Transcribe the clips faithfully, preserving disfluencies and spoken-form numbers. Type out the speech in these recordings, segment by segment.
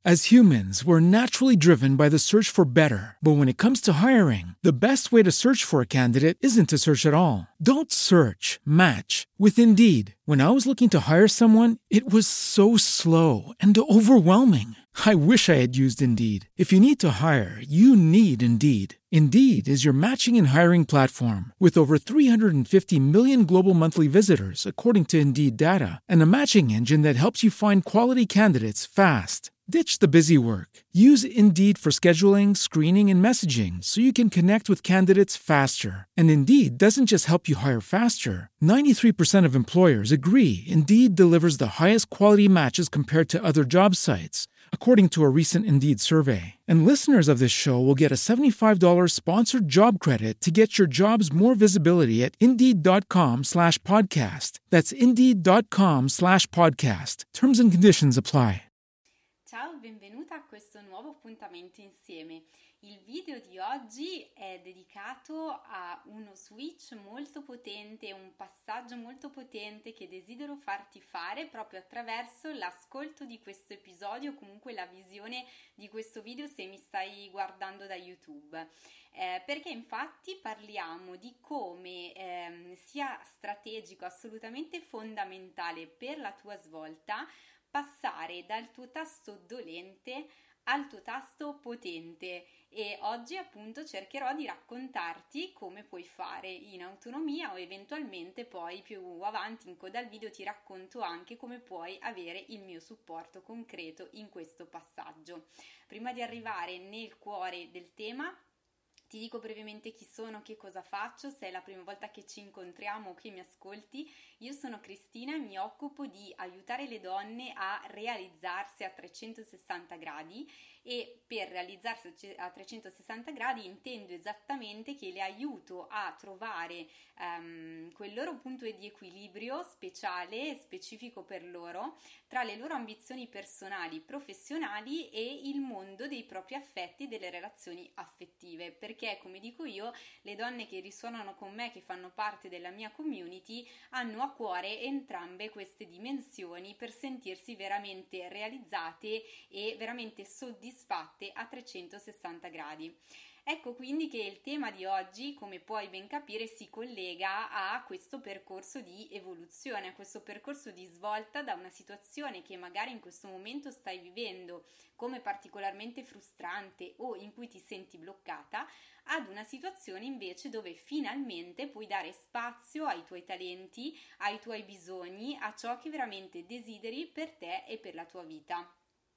As humans, we're naturally driven by the search for better. But when it comes to hiring, the best way to search for a candidate isn't to search at all. Don't search, match with Indeed. When I was looking to hire someone, it was so slow and overwhelming. I wish I had used Indeed. If you need to hire, you need Indeed. Indeed is your matching and hiring platform with over three hundred fifty million global monthly visitors, according to Indeed data, and a matching engine that helps you find quality candidates fast. Ditch the busy work. Use Indeed for scheduling, screening, and messaging so you can connect with candidates faster. And Indeed doesn't just help you hire faster. ninety-three percent of employers agree Indeed delivers the highest quality matches compared to other job sites, according to a recent Indeed survey. And listeners of this show will get a seventy-five dollars sponsored job credit to get your jobs more visibility at Indeed.com slash podcast. That's Indeed.com slash podcast. Terms and conditions apply. Ciao, benvenuta a questo nuovo appuntamento insieme. Il video di oggi è dedicato a uno switch molto potente, un passaggio molto potente che desidero farti fare proprio attraverso l'ascolto di questo episodio o comunque la visione di questo video se mi stai guardando da YouTube. Eh, perché infatti parliamo di come eh, sia strategico, assolutamente fondamentale per la tua svolta passare dal tuo tasto dolente al tuo tasto potente, e oggi appunto cercherò di raccontarti come puoi fare in autonomia, o eventualmente poi più avanti in coda al video ti racconto anche come puoi avere il mio supporto concreto in questo passaggio. Prima di arrivare nel cuore del tema, ti dico brevemente chi sono, che cosa faccio, se è la prima volta che ci incontriamo o che mi ascolti. Io sono Cristina e mi occupo di aiutare le donne a realizzarsi a trecentosessanta gradi, e per realizzarsi a trecentosessanta gradi intendo esattamente che le aiuto a trovare um, quel loro punto di equilibrio speciale e specifico per loro tra le loro ambizioni personali, professionali e il mondo dei propri affetti e delle relazioni affettive, perché come dico io, le donne che risuonano con me, che fanno parte della mia community, hanno a cuore entrambe queste dimensioni per sentirsi veramente realizzate e veramente soddisfatte a trecentosessanta gradi. Ecco quindi che il tema di oggi, come puoi ben capire, si collega a questo percorso di evoluzione, a questo percorso di svolta da una situazione che magari in questo momento stai vivendo come particolarmente frustrante o in cui ti senti bloccata, ad una situazione invece dove finalmente puoi dare spazio ai tuoi talenti, ai tuoi bisogni, a ciò che veramente desideri per te e per la tua vita.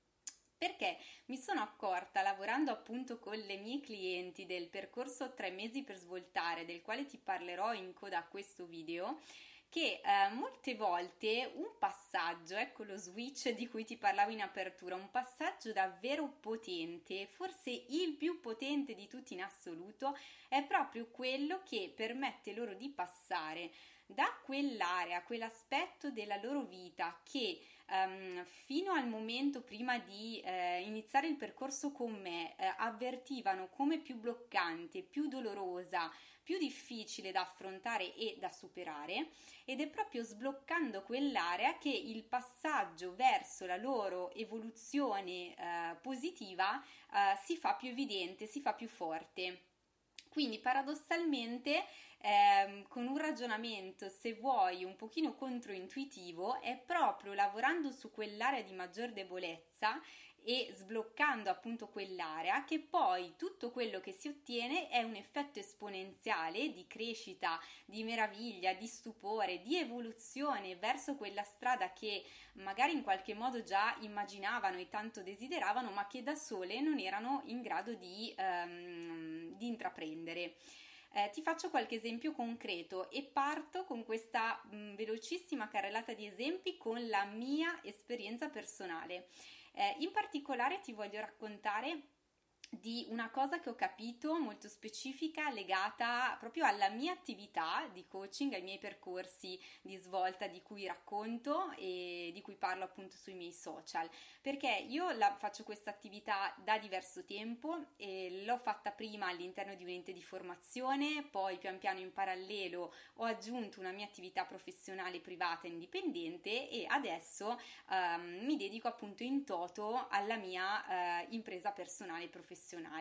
Perché mi sono accorta, lavorando appunto con le mie clienti del percorso tre mesi per svoltare, del quale ti parlerò in coda a questo video, che eh, molte volte un passaggio, ecco lo switch di cui ti parlavo in apertura, un passaggio davvero potente, forse il più potente di tutti in assoluto, è proprio quello che permette loro di passare da quell'area, quell'aspetto della loro vita che Um, fino al momento prima di eh, iniziare il percorso con me eh, avvertivano come più bloccante, più dolorosa, più difficile da affrontare e da superare, ed è proprio sbloccando quell'area che il passaggio verso la loro evoluzione eh, positiva eh, si fa più evidente, si fa più forte. Quindi paradossalmente ehm, con un ragionamento, se vuoi, un pochino controintuitivo, è proprio lavorando su quell'area di maggior debolezza e sbloccando appunto quell'area che poi tutto quello che si ottiene è un effetto esponenziale di crescita, di meraviglia, di stupore, di evoluzione verso quella strada che magari in qualche modo già immaginavano e tanto desideravano, ma che da sole non erano in grado di, um, di intraprendere. Eh, ti faccio qualche esempio concreto e parto con questa mh, velocissima carrellata di esempi con la mia esperienza personale. Eh, in particolare ti voglio raccontare di una cosa che ho capito molto specifica legata proprio alla mia attività di coaching, ai miei percorsi di svolta di cui racconto e di cui parlo appunto sui miei social, perché io la, faccio questa attività da diverso tempo e l'ho fatta prima all'interno di un ente di formazione, poi pian piano in parallelo ho aggiunto una mia attività professionale privata indipendente e adesso ehm, mi dedico appunto in toto alla mia eh, impresa personale e professionale.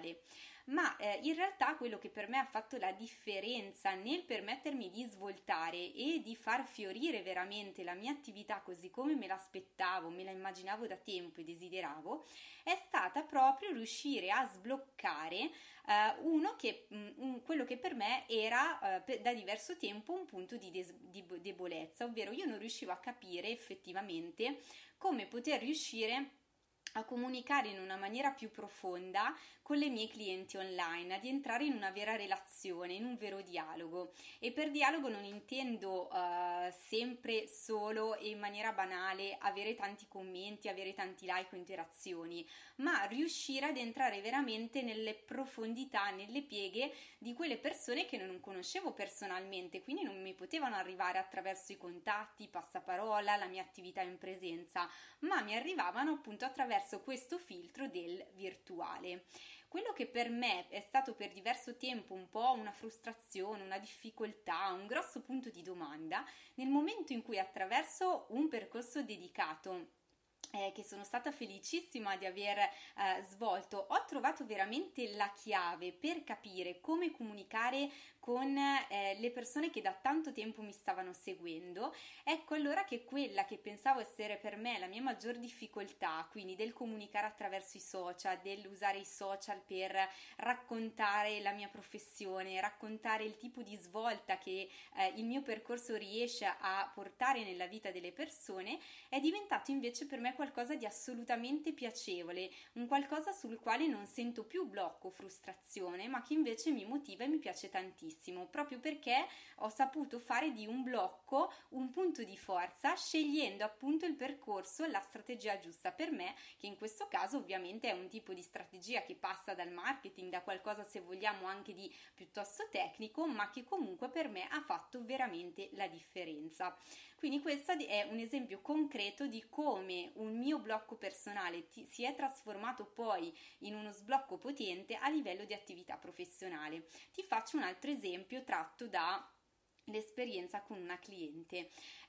Ma eh, in realtà quello che per me ha fatto la differenza nel permettermi di svoltare e di far fiorire veramente la mia attività così come me l'aspettavo, me la immaginavo da tempo e desideravo, è stata proprio riuscire a sbloccare eh, uno che, mh, un, quello che per me era eh, per, da diverso tempo un punto di, des- di debolezza, ovvero io non riuscivo a capire effettivamente come poter riuscire a comunicare in una maniera più profonda con le mie clienti online, ad entrare in una vera relazione, in un vero dialogo. E per dialogo non intendo uh, sempre solo e in maniera banale avere tanti commenti, avere tanti like o interazioni, ma riuscire ad entrare veramente nelle profondità, nelle pieghe di quelle persone che non conoscevo personalmente, quindi non mi potevano arrivare attraverso i contatti, passaparola, la mia attività in presenza, ma mi arrivavano appunto attraverso questo filtro del virtuale. Quello che per me è stato per diverso tempo un po' una frustrazione, una difficoltà, un grosso punto di domanda, nel momento in cui attraverso un percorso dedicato Eh, che sono stata felicissima di aver eh, svolto, ho trovato veramente la chiave per capire come comunicare con eh, le persone che da tanto tempo mi stavano seguendo. Ecco allora che quella che pensavo essere per me la mia maggior difficoltà, quindi del comunicare attraverso i social, dell'usare i social per raccontare la mia professione, raccontare il tipo di svolta che eh, il mio percorso riesce a portare nella vita delle persone, è diventato invece per me qualcosa di assolutamente piacevole, un qualcosa sul quale non sento più blocco, frustrazione, ma che invece mi motiva e mi piace tantissimo, proprio perché ho saputo fare di un blocco un punto di forza, scegliendo appunto il percorso, la strategia giusta per me, che in questo caso ovviamente è un tipo di strategia che passa dal marketing, da qualcosa se vogliamo anche di piuttosto tecnico, ma che comunque per me ha fatto veramente la differenza. Quindi questo è un esempio concreto di come un mio blocco personale ti, si è trasformato poi in uno sblocco potente a livello di attività professionale. Ti faccio un altro esempio tratto da l'esperienza con una cliente.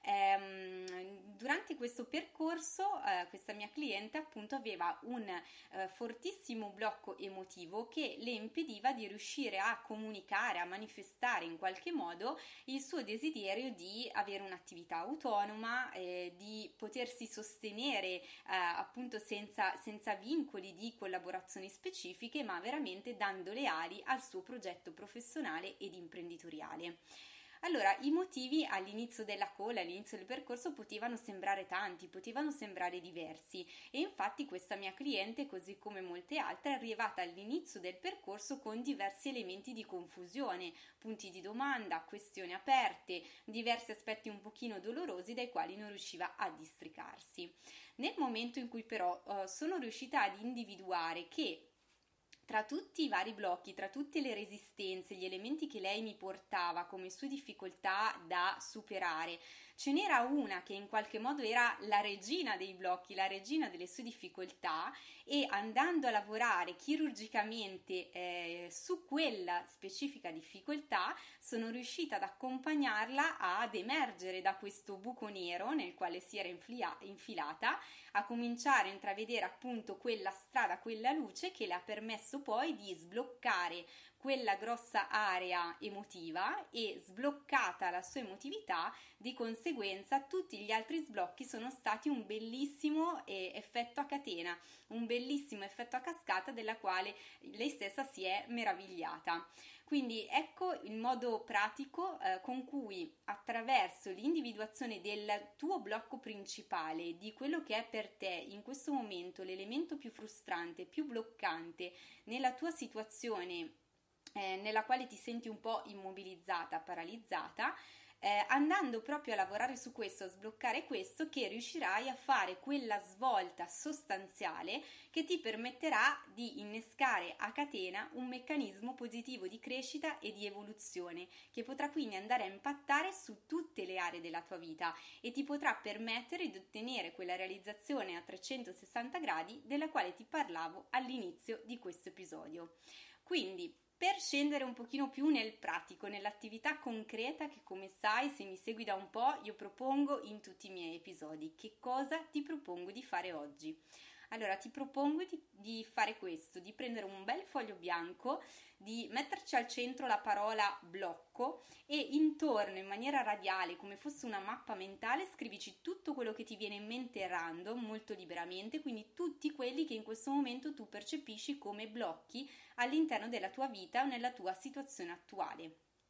Ehm, durante questo percorso eh, questa mia cliente appunto aveva un eh, fortissimo blocco emotivo che le impediva di riuscire a comunicare, a manifestare in qualche modo il suo desiderio di avere un'attività autonoma, eh, di potersi sostenere eh, appunto senza, senza vincoli di collaborazioni specifiche, ma veramente dando le ali al suo progetto professionale ed imprenditoriale. Allora, i motivi all'inizio della call, all'inizio del percorso potevano sembrare tanti, potevano sembrare diversi e infatti questa mia cliente, così come molte altre, è arrivata all'inizio del percorso con diversi elementi di confusione, punti di domanda, questioni aperte, diversi aspetti un pochino dolorosi dai quali non riusciva a districarsi. Nel momento in cui però eh, sono riuscita ad individuare che tra tutti i vari blocchi, tra tutte le resistenze, gli elementi che lei mi portava come sue difficoltà da superare, ce n'era una che in qualche modo era la regina dei blocchi, la regina delle sue difficoltà, e andando a lavorare chirurgicamente eh, su quella specifica difficoltà sono riuscita ad accompagnarla ad emergere da questo buco nero nel quale si era inflia- infilata, a cominciare a intravedere appunto quella strada, quella luce che le ha permesso poi di sbloccare quella grossa area emotiva, e sbloccata la sua emotività, di conseguenza tutti gli altri sblocchi sono stati un bellissimo eh, effetto a catena, un bellissimo effetto a cascata della quale lei stessa si è meravigliata. Quindi ecco il modo pratico eh, con cui, attraverso l'individuazione del tuo blocco principale, di quello che è per te in questo momento l'elemento più frustrante, più bloccante nella tua situazione, eh, nella quale ti senti un po' immobilizzata, paralizzata, eh, andando proprio a lavorare su questo, a sbloccare questo, che riuscirai a fare quella svolta sostanziale che ti permetterà di innescare a catena un meccanismo positivo di crescita e di evoluzione, che potrà quindi andare a impattare su tutte le aree della tua vita e ti potrà permettere di ottenere quella realizzazione a trecentosessanta gradi della quale ti parlavo all'inizio di questo episodio. Quindi, per scendere un pochino più nel pratico, nell'attività concreta che, come sai, se mi segui da un po', io propongo in tutti i miei episodi. Che cosa ti propongo di fare oggi? Allora, ti propongo di, di fare questo, di prendere un bel foglio bianco, di metterci al centro la parola blocco e intorno, in maniera radiale, come fosse una mappa mentale, scrivici tutto quello che ti viene in mente random, molto liberamente, quindi tutti quelli che in questo momento tu percepisci come blocchi all'interno della tua vita o nella tua situazione attuale.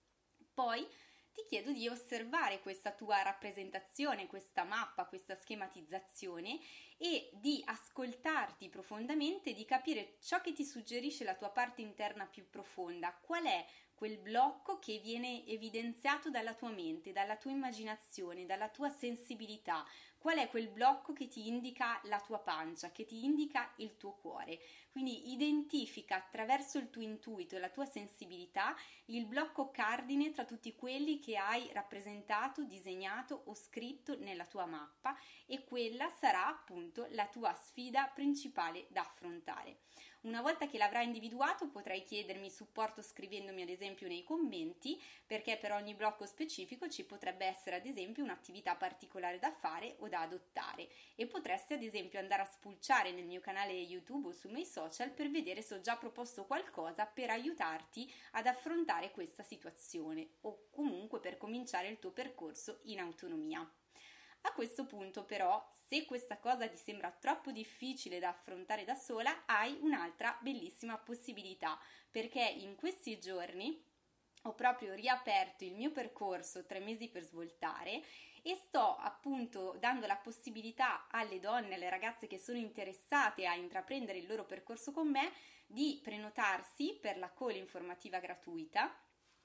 Poi ti chiedo di osservare questa tua rappresentazione, questa mappa, questa schematizzazione e di ascoltarti profondamente, di capire ciò che ti suggerisce la tua parte interna più profonda. Qual è quel blocco che viene evidenziato dalla tua mente, dalla tua immaginazione, dalla tua sensibilità? Qual è quel blocco che ti indica la tua pancia, che ti indica il tuo cuore? Quindi identifica attraverso il tuo intuito e la tua sensibilità il blocco cardine tra tutti quelli che hai rappresentato, disegnato o scritto nella tua mappa, e quella sarà appunto la tua sfida principale da affrontare. Una volta che l'avrai individuato potrai chiedermi supporto scrivendomi ad esempio nei commenti, perché per ogni blocco specifico ci potrebbe essere ad esempio un'attività particolare da fare o da adottare, e potresti ad esempio andare a spulciare nel mio canale YouTube o sui miei social per vedere se ho già proposto qualcosa per aiutarti ad affrontare questa situazione o comunque per cominciare il tuo percorso in autonomia. A questo punto però, se questa cosa ti sembra troppo difficile da affrontare da sola, hai un'altra bellissima possibilità, perché in questi giorni ho proprio riaperto il mio percorso tre mesi per svoltare e sto appunto dando la possibilità alle donne, alle ragazze che sono interessate a intraprendere il loro percorso con me, di prenotarsi per la call informativa gratuita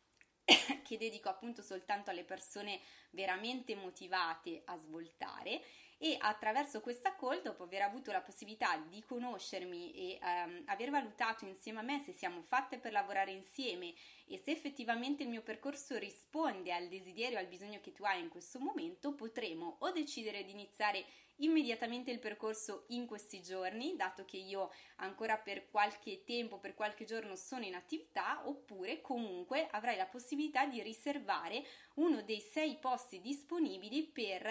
che dedico appunto soltanto alle persone veramente motivate a svoltare, e attraverso questa call, dopo aver avuto la possibilità di conoscermi e um, aver valutato insieme a me se siamo fatte per lavorare insieme e se effettivamente il mio percorso risponde al desiderio e al bisogno che tu hai in questo momento, potremo o decidere di iniziare immediatamente il percorso in questi giorni, dato che io ancora per qualche tempo, per qualche giorno sono in attività, oppure comunque avrai la possibilità di riservare uno dei sei posti disponibili per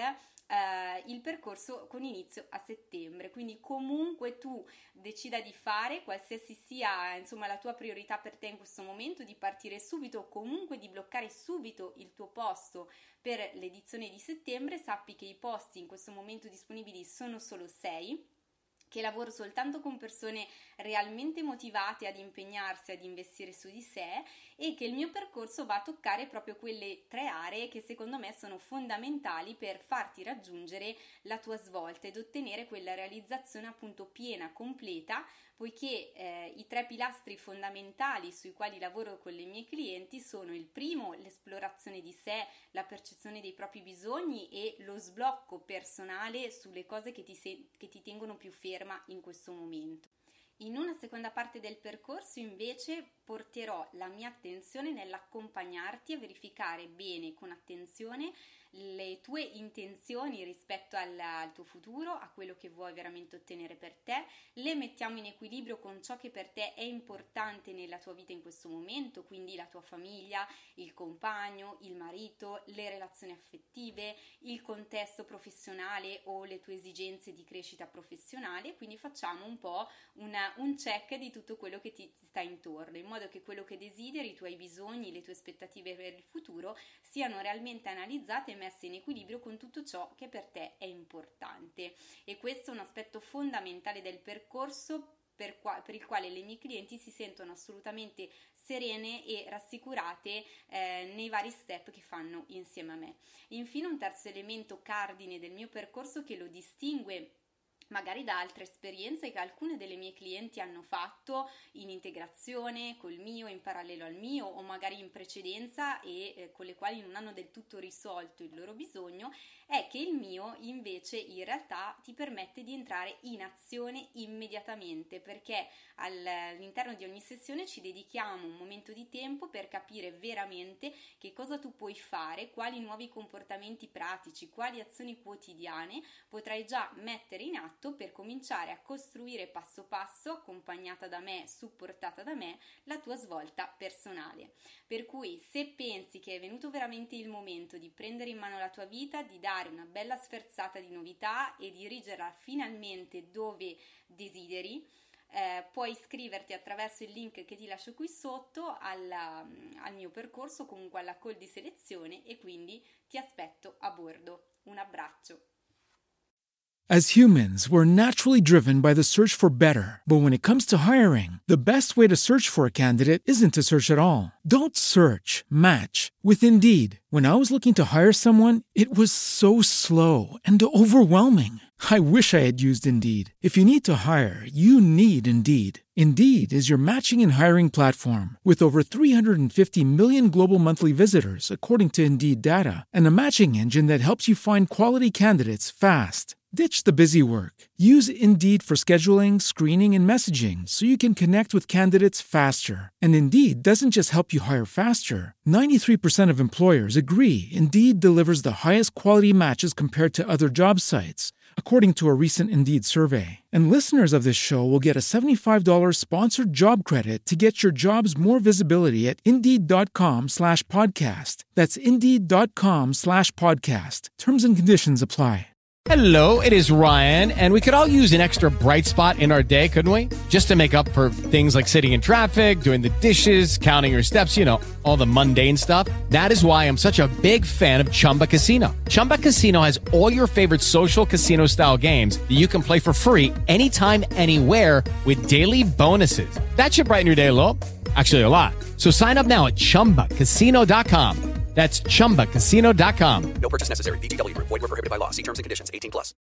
eh, il percorso con inizio a settembre. Quindi comunque tu decida di fare, qualsiasi sia insomma la tua priorità per te in questo momento, di partire subito o comunque di bloccare subito il tuo posto per l'edizione di settembre, sappi che i posti in questo momento disponibili sono solo sei, che lavoro soltanto con persone realmente motivate ad impegnarsi, ad investire su di sé, e che il mio percorso va a toccare proprio quelle tre aree che secondo me sono fondamentali per farti raggiungere la tua svolta ed ottenere quella realizzazione appunto piena, completa, poiché eh, i tre pilastri fondamentali sui quali lavoro con le mie clienti sono: il primo, l'esplorazione di sé, la percezione dei propri bisogni e lo sblocco personale sulle cose che ti, se- che ti tengono più ferma in questo momento. In una seconda parte del percorso invece porterò la mia attenzione nell'accompagnarti a verificare bene, con attenzione, le tue intenzioni rispetto al, al tuo futuro, a quello che vuoi veramente ottenere per te. Le mettiamo in equilibrio con ciò che per te è importante nella tua vita in questo momento, quindi la tua famiglia, il compagno, il marito, le relazioni affettive, il contesto professionale o le tue esigenze di crescita professionale. Quindi facciamo un po' una, un check di tutto quello che ti sta intorno, in modo che quello che desideri, i tuoi bisogni, le tue aspettative per il futuro siano realmente analizzate e messe in equilibrio con tutto ciò che per te è importante. E questo è un aspetto fondamentale del percorso per, qua, per il quale le mie clienti si sentono assolutamente serene e rassicurate eh, nei vari step che fanno insieme a me. Infine, un terzo elemento cardine del mio percorso che lo distingue magari da altre esperienze che alcune delle mie clienti hanno fatto in integrazione col mio, in parallelo al mio, o magari in precedenza e eh, con le quali non hanno del tutto risolto il loro bisogno, è che il mio invece in realtà ti permette di entrare in azione immediatamente, perché all'interno di ogni sessione ci dedichiamo un momento di tempo per capire veramente che cosa tu puoi fare, quali nuovi comportamenti pratici, quali azioni quotidiane potrai già mettere in atto per cominciare a costruire passo passo, accompagnata da me, supportata da me, la tua svolta personale. Per cui se pensi che è venuto veramente il momento di prendere in mano la tua vita, di dare una bella sferzata di novità e dirigerla finalmente dove desideri, Eh, puoi iscriverti attraverso il link che ti lascio qui sotto alla, al mio percorso, comunque alla call di selezione, e quindi ti aspetto a bordo. Un abbraccio. As humans, we're naturally driven by the search for better. But when it comes to hiring, the best way to search for a candidate isn't to search at all. Don't search, match with Indeed. When I was looking to hire someone, it was so slow and overwhelming. I wish I had used Indeed. If you need to hire, you need Indeed. Indeed is your matching and hiring platform with over three hundred fifty million global monthly visitors, according to Indeed data, and a matching engine that helps you find quality candidates fast. Ditch the busy work. Use Indeed for scheduling, screening, and messaging so you can connect with candidates faster. And Indeed doesn't just help you hire faster. ninety-three percent of employers agree Indeed delivers the highest quality matches compared to other job sites, according to a recent Indeed survey. And listeners of this show will get a seventy-five dollars sponsored job credit to get your jobs more visibility at Indeed.com slash podcast. That's Indeed.com slash podcast. Terms and conditions apply. Hello, it is Ryan, and we could all use an extra bright spot in our day, couldn't we? Just to make up for things like sitting in traffic, doing the dishes, counting your steps, you know, all the mundane stuff. That is why I'm such a big fan of Chumba Casino. Chumba Casino has all your favorite social casino-style games that you can play for free anytime, anywhere with daily bonuses. That should brighten your day a little. Actually, a lot. So sign up now at chumba casino dot com. That's chumba casino dot com. No purchase necessary. V G W Group. Void where prohibited by law. See terms and conditions. eighteen plus.